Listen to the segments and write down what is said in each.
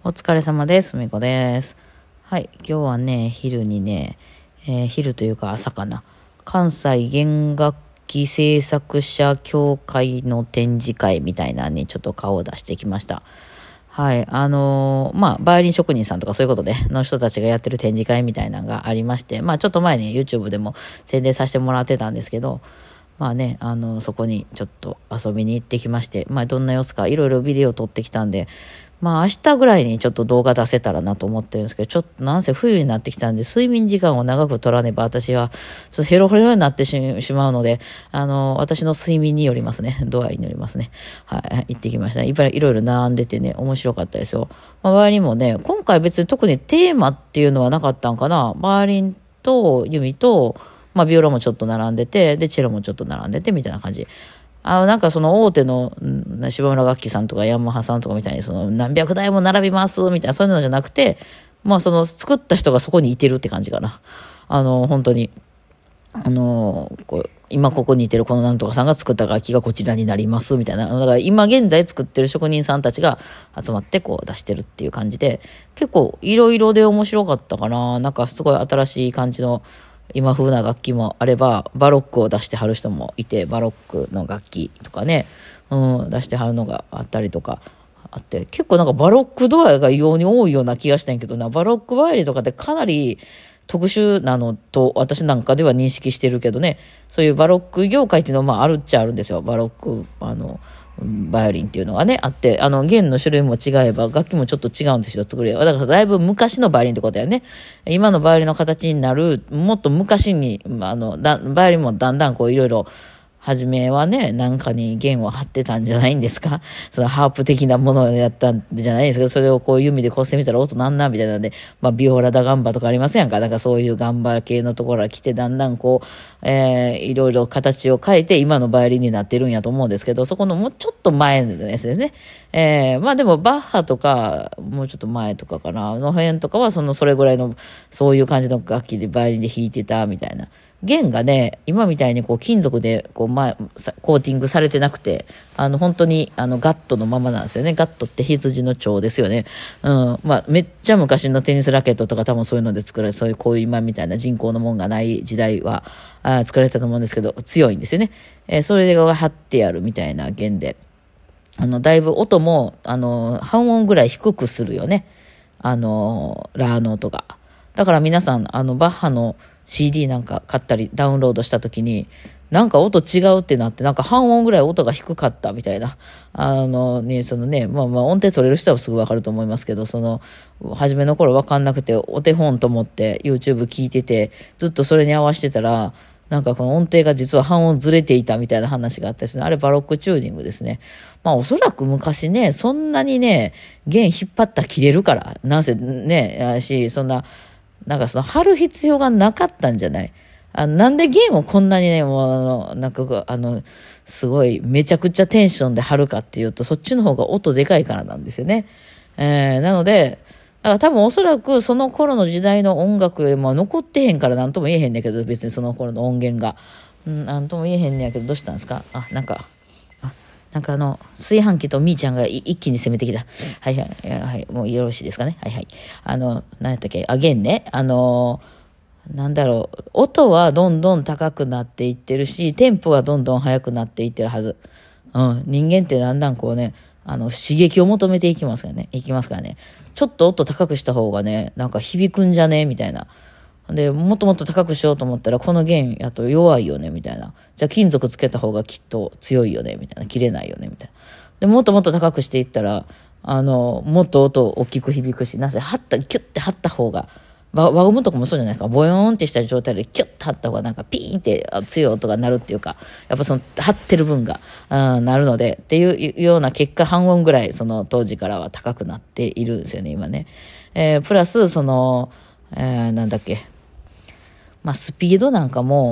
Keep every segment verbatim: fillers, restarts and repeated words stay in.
お疲れ様です。みこです。はい。今日はね、昼にね、えー昼というか朝かな。関西弦楽器制作者協会の展示会みたいなのにちょっと顔を出してきました。はい。あのーまあ、バイオリン職人さんとかそういうことで、の人たちがやってる展示会みたいなのがありまして、まあ、ちょっと前に YouTube でも宣伝させてもらってたんですけど、まあね、あの、そこにちょっと遊びに行ってきまして、まあ、どんな様子かいろいろビデオ撮ってきたんで、まあ明日ぐらいにちょっと動画出せたらなと思ってるんですけど、ちょっとなんせ冬になってきたんで、睡眠時間を長く取らねば私は、ちょっとヘロヘロになってし、しまうので、あの、私の睡眠によりますね。度合いによりますね。はい、行ってきました。いっぱいいろいろ並んでてね、面白かったですよ。まあ、バイオリンもね、今回別に特にテーマっていうのはなかったんかな。バイオリンと弓と、まあビオラもちょっと並んでて、で、チェロもちょっと並んでてみたいな感じ。あの、なんかその大手の、ん柴村楽器さんとかヤマハさんとかみたいにその何百台も並びますみたいなそういうのじゃなくて、まあその作った人がそこにいてるって感じかな。あの、本当に、あの、こう今ここにいてるこのなんとかさんが作った楽器がこちらになりますみたいな。だから今現在作ってる職人さんたちが集まってこう出してるっていう感じで、結構いろいろで面白かったかな。なんかすごい新しい感じの今風な楽器もあれば、バロックを出してはる人もいて、バロックの楽器とかね、うん、出してはるのがあったりとかあって、結構なんかバロック度合いが異様に多いような気がしたんやけどな、バロックバイオリンとかってかなり特殊なのと私なんかでは認識してるけどね、そういうバロック業界っていうのはまああるっちゃあるんですよ。バロック、あの、バイオリンっていうのがね、あって、あの、弦の種類も違えば、楽器もちょっと違うんですよ、作りは。だからだいぶ昔のバイオリンってことだよね。今のバイオリンの形になる、もっと昔に、あの、だバイオリンもだんだんこういろいろ、初めはね、なんかに弦を張ってたんじゃないんですか。そのハープ的なものをやったんじゃないですか。それをこう弓でこうしてみたら音なんなんみたいなんで、まあビオラだガンバとかありませんか。だからそういうガンバ系のところが来て、だんだんこう、えー、いろいろ形を変えて今のバイオリンになってるんやと思うんですけど、そこのもうちょっと前のやつですね。えー、まあでもバッハとか、もうちょっと前とかかな、の辺とかはそのそれぐらいの、そういう感じの楽器でバイオリンで弾いてたみたいな。弦がね、今みたいにこう金属でこう前、コーティングされてなくて、あの本当にあのガットのままなんですよね。ガットって羊の蝶ですよね。うん。まあめっちゃ昔のテニスラケットとか多分そういうので作られ、そういうこういう今みたいな人工のもんがない時代はあ作られたと思うんですけど、強いんですよね。えー、それが張ってあるみたいな弦で。あの、だいぶ音も、あの、半音ぐらい低くするよね。あの、ラーの音が。だから皆さん、あの、バッハの シーディー なんか買ったりダウンロードした時に、なんか音違うってなって、なんか半音ぐらい音が低かったみたいな。あのね、そのね、まあまあ音程取れる人はすぐわかると思いますけど、その、初めの頃わかんなくて、お手本と思って YouTube 聞いてて、ずっとそれに合わせてたら、なんかこの音程が実は半音ずれていたみたいな話があったですね。あれバロックチューニングですね。まあおそらく昔ね、そんなにね、弦引っ張ったら切れるから、なんせね、やし、そんな、なんかその貼る必要がなかったんじゃない。あなんで弦をこんなにね、もうあの、なんかあの、すごいめちゃくちゃテンションで貼るかっていうと、そっちの方が音でかいからなんですよね。えー、なので、だから多分おそらくその頃の時代の音楽よりも残ってへんからなんとも言えへんねんけど、別にその頃の音源が。うん、なんとも言えへんねんやけど、どうしたんですか。あ、なんか、あ、なんかあの、炊飯器とみーちゃんが一気に攻めてきた。はいはい、はい、もうよろしいですかね。はいはい。あの、何やったっけ、あ、弦ね。あの、なんだろう、音はどんどん高くなっていってるし、テンポはどんどん速くなっていってるはず。うん、人間ってだんだんこうね、あの、刺激を求めていきますからね。いきますからね。ちょっと音高くした方がね、なんか響くんじゃねみたいな。で、もっともっと高くしようと思ったら、この弦やと弱いよねみたいな。じゃあ金属つけた方がきっと強いよねみたいな。切れないよねみたいな。で、もっともっと高くしていったら、あの、もっと音大きく響くし、なぜ、張った、キュッて張った方が、輪ゴムとかもそうじゃないですか。ボヨーンってした状態でキュッと張った方がなんかピーンって強い音が鳴るっていうか、やっぱその張ってる分が、うん、なるのでっていうような結果半音ぐらいその当時からは高くなっているんですよね、今ね。えー、プラスその、えー、なんだっけ。まあスピードなんかも、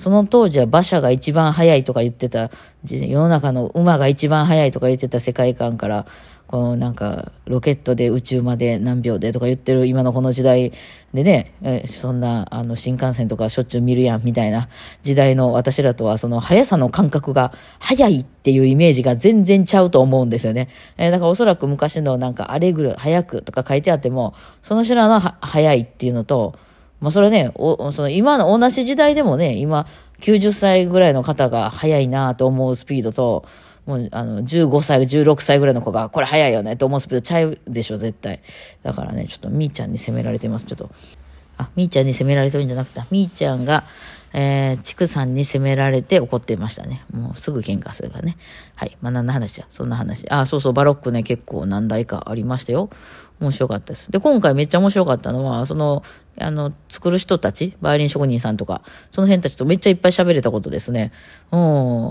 その当時は馬車が一番速いとか言ってた、世の中の馬が一番速いとか言ってた世界観から、このなんかロケットで宇宙まで何秒でとか言ってる今のこの時代でね、えそんなあの新幹線とかしょっちゅう見るやんみたいな時代の私らとはその速さの感覚が速いっていうイメージが全然ちゃうと思うんですよね。えー、だからおそらく昔のなんかアレグル速くとか書いてあっても、その人らのは速いっていうのと、まあそれね、おその今の同じ時代でもね、今きゅうじゅっさいぐらいの方が速いなと思うスピードと、もうあのじゅうごさい、じゅうろくさいぐらいの子がこれ速いよねと思うスピードちゃうでしょ絶対。だからね、ちょっとみーちゃんに責められてます。ちょっとあみーちゃんに責められてるんじゃなくて、みーちゃんがえー、ちくさんに責められて怒っていましたね。もうすぐ喧嘩するからね。はい。まあ何の話や。そんな話。あ、そうそう、バロックね、結構何台かありましたよ。面白かったです。で、今回めっちゃ面白かったのは、その、あの、作る人たち、バイオリン職人さんとか、その辺たちとめっちゃいっぱい喋れたことですね。うん。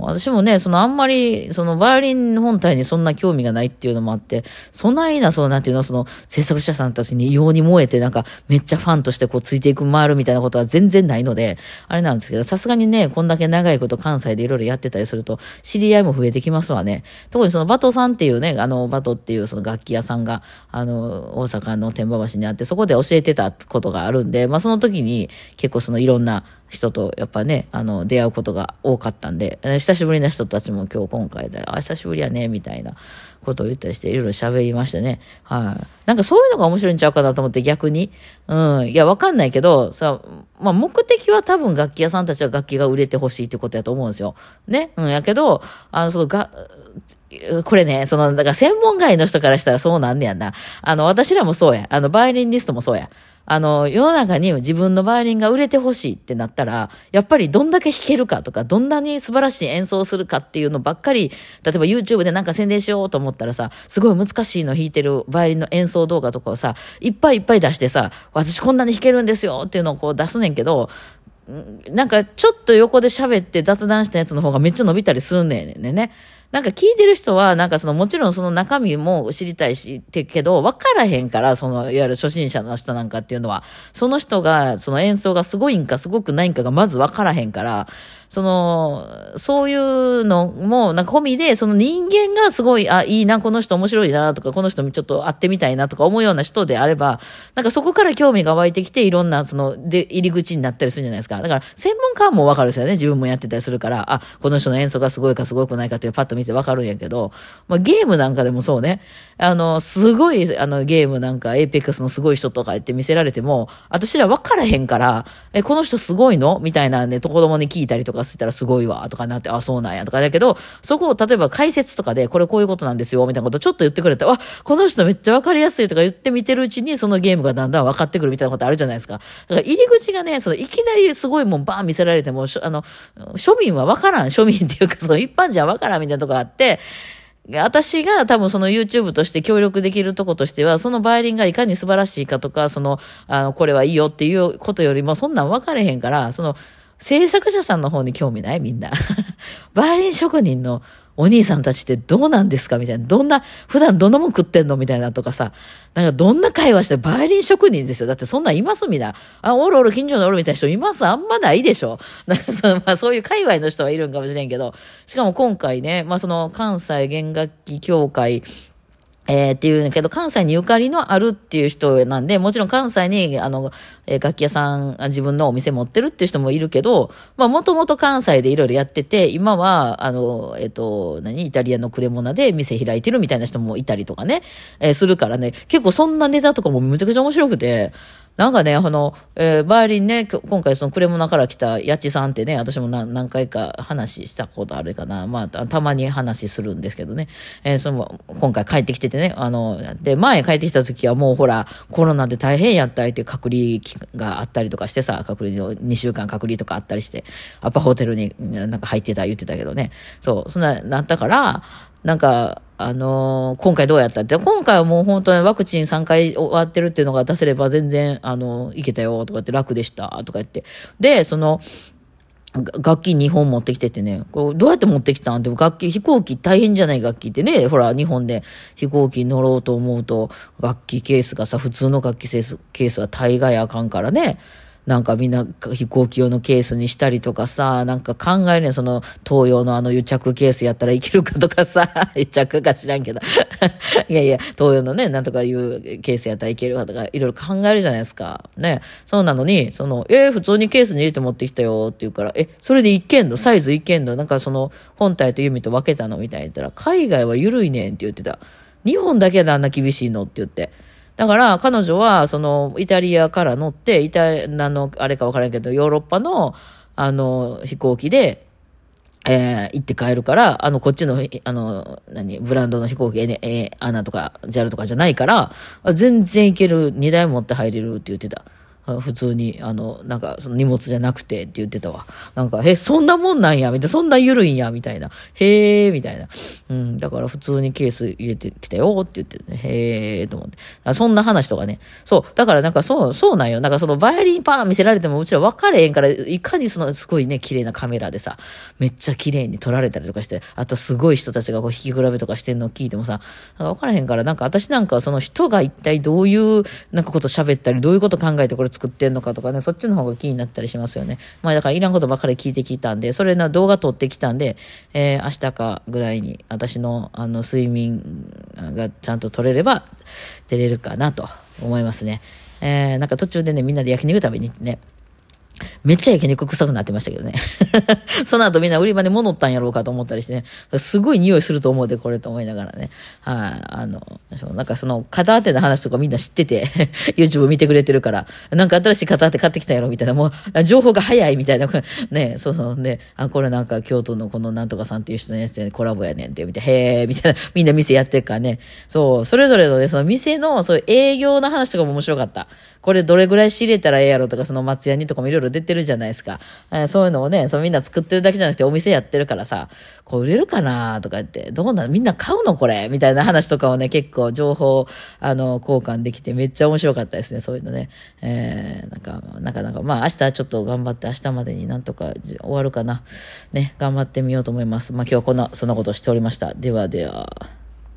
私もね、そのあんまり、そのバイオリン本体にそんな興味がないっていうのもあって、そないな、そのなんていうの、その制作者さんたちに異様に燃えて、なんかめっちゃファンとしてこうついていく回るみたいなことは全然ないので、あれなんですけど、さすがにね、こんだけ長いこと関西でいろいろやってたりすると、知り合いも増えてきますわね。特にそのバトさんっていうね、あの、バトっていうその楽器屋さんが、あの、大阪の天満橋にあって、そこで教えてたことがあるんで、まあその時に結構そのいろんな人とやっぱね、あの、出会うことが多かったんで、久しぶりな人たちも今日今回で、あ、久しぶりやね、みたいなことを言ったりして、いろいろ喋りましてね。はい。なんかそういうのが面白いんちゃうかなと思って逆に。うん。いや、わかんないけど、さ、まあ目的は多分楽器屋さんたちは楽器が売れてほしいってことやと思うんですよ。ね。うん。やけど、あの、そのが、これね、その、だから専門外の人からしたらそうなんねやんな。あの、私らもそうや。あの、バイオリニストもそうや。あの、世の中に自分のバイオリンが売れてほしいってなったら、やっぱりどんだけ弾けるかとか、どんなに素晴らしい演奏をするかっていうのばっかり、例えば YouTube でなんか宣伝しようと思ったらさ、すごい難しいの弾いてるバイオリンの演奏動画とかをさ、いっぱいいっぱい出してさ、私こんなに弾けるんですよっていうのをこう出すねんけど、なんかちょっと横で喋って雑談したやつの方がめっちゃ伸びたりするねんね。なんか聞いてる人は、なんかそのもちろんその中身も知りたいし、ってけど、わからへんから、そのいわゆる初心者の人なんかっていうのは、その人が、その演奏がすごいんかすごくないんかがまずわからへんから、その、そういうのも、なんか込みで、その人間がすごい、あ、いいな、この人面白いな、とか、この人ちょっと会ってみたいな、とか思うような人であれば、なんかそこから興味が湧いてきて、いろんな、その、で、入り口になったりするんじゃないですか。だから、専門家もわかるんですよね。自分もやってたりするから、あ、この人の演奏がすごいかすごくないかっていうパッと見てわかるんやけど、まあ、ゲームなんかでもそうね。あの、すごい、あの、ゲームなんか、エイペックスのすごい人とか言って見せられても、私らわからへんから、え、この人すごいのみたいなね、子供に聞いたりとかしたらすごいわ、とかなって、あ、そうなんや、とかだけど、そこを例えば解説とかで、これこういうことなんですよ、みたいなことちょっと言ってくれたら、わ、この人めっちゃわかりやすいとか言ってみてるうちに、そのゲームがだんだん分かってくるみたいなことあるじゃないですか。だから入り口がね、その、いきなりすごいもんバーン見せられても、あの、庶民はわからん、庶民っていうか、その一般人はわからんみたいなとこがあって、私が多分その YouTube として協力できるとことしては、そのバイオリンがいかに素晴らしいかとか、その、あの、これはいいよっていうことよりも、そんなん分かれへんから、その、制作者さんの方に興味ないみんな。バイオリン職人のお兄さんたちってどうなんですかみたいな。どんな、普段どんなもん食ってんのみたいなとかさ。なんかどんな会話してバイオリン職人ですよ。だってそんなんいますみんな。あ、おるおる近所におるみたいな人いますあんまないでしょ。なんかその、まあそういう界隈の人はいるんかもしれんけど。しかも今回ね、まあその関西弦楽器協会、えー、っていうんだけど、関西にゆかりのあるっていう人なんで、もちろん関西に、あの、えー、楽器屋さん、自分のお店持ってるっていう人もいるけど、まあ、もともと関西でいろいろやってて、今は、あの、えっ、ー、と、何、イタリアのクレモナで店開いてるみたいな人もいたりとかね、えー、するからね、結構そんなネタとかもめちゃくちゃ面白くて、なんかね、あの、えー、バイオリンね、今回そのクレモナから来たヤチさんってね、私も何何回か話したことあるかな。まあ、たまに話するんですけどね。えー、その、今回帰ってきててね、あの、で、前帰ってきた時はもうほら、コロナで大変やったっていう隔離があったりとかしてさ、隔離のにしゅうかん隔離とかあったりして、アパホテルになんか入ってた言ってたけどね。そう、そんな、なったから、なんか、あのー、今回どうやったって、今回はもう本当にワクチンさんかい終わってるっていうのが出せれば全然、あの、いけたよとか言って楽でしたとか言って。で、その、楽器にほん持ってきててね、これどうやって持ってきたんって楽器、飛行機大変じゃない楽器ってね、ほら、日本で飛行機乗ろうと思うと、楽器ケースがさ、普通の楽器ケースは大概あかんからね。 なんかみんな飛行機用のケースにしたりとかさ、なんか考えるねん、その東洋のあの癒着ケースやったらいけるかとかさ、癒着か知らんけど。いやいや、東洋のね、なんとかいうケースやったらいけるかとか、いろいろ考えるじゃないですか。ね。そうなのに、その、えー、普通にケースに入れて持ってきたよって言うから、え、それでいけんのサイズいけんのなんかその、本体と弓と分けたのみたいに言ったら、海外は緩いねんって言ってた。日本だけであんな厳しいのって言って。だから、彼女は、その、イタリアから乗って、イタリアの、あれかわからんけど、ヨーロッパの、あの、飛行機で、えー、行って帰るから、あの、こっちの、あの、何、ブランドの飛行機、え、え、アナとか、ジャルとかじゃないから、全然行ける、にだい持って入れるって言ってた。普通に、あの、なんか、その荷物じゃなくてって言ってたわ。なんか、え、そんなもんなんやみたいな、そんな緩いんやみたいな。へーみたいな。うん、だから普通にケース入れてきたよって言ってね。へーと思って。そんな話とかね。そう。だからなんかそう、そうなんよ。なんかそのバイオリンパーン見せられてもうちら分かれへんから、いかにそのすごいね、綺麗なカメラでさ、めっちゃ綺麗に撮られたりとかして、あとすごい人たちがこう弾き比べとかしてんのを聞いてもさ、なんか分からへんから、なんか私なんかその人が一体どういうなんかこと喋ったり、どういうこと考えてこれ作ってんのかとかね、そっちの方が気になったりしますよね。まあだからいらんことばっかり聞いてきたんで、それな動画撮ってきたんで、えー、明日かぐらいに私のあの睡眠がちゃんと取れれば出れるかなと思いますね。えー、なんか途中でね、みんなで焼肉食べに行ってね、めっちゃ焼肉臭くなってましたけどね。その後みんな売り場に戻ったんやろうかと思ったりしてね、すごい匂いすると思うで、これと思いながらね。はい、あ、あの、なんかその、片当ての話とかみんな知ってて、YouTube 見てくれてるから、なんか新しい片当て買ってきたやろみたいな、もう、情報が早いみたいな、ね、そうそう、ね、あ、これなんか京都のこのなんとかさんっていう人のやつでコラボやねんって、見て、へー、みたいな、みんな店やってるからね。そう、それぞれのね、その店の、そういう営業の話とかも面白かった。これどれぐらい仕入れたらええやろとか、その松屋にとかもいろいろ出てるじゃないですか。えー、そういうのをね、そうみんな作ってるだけじゃなくてお店やってるからさ、こう売れるかなとか言って、どうなのみんな買うのこれみたいな話とかをね、結構情報、あの、交換できてめっちゃ面白かったですね、そういうのね。えー、なんか、なかなか、まあ明日はちょっと頑張って明日までになんとか終わるかな。ね、頑張ってみようと思います。まあ今日はこんな、そんなことをしておりました。ではでは。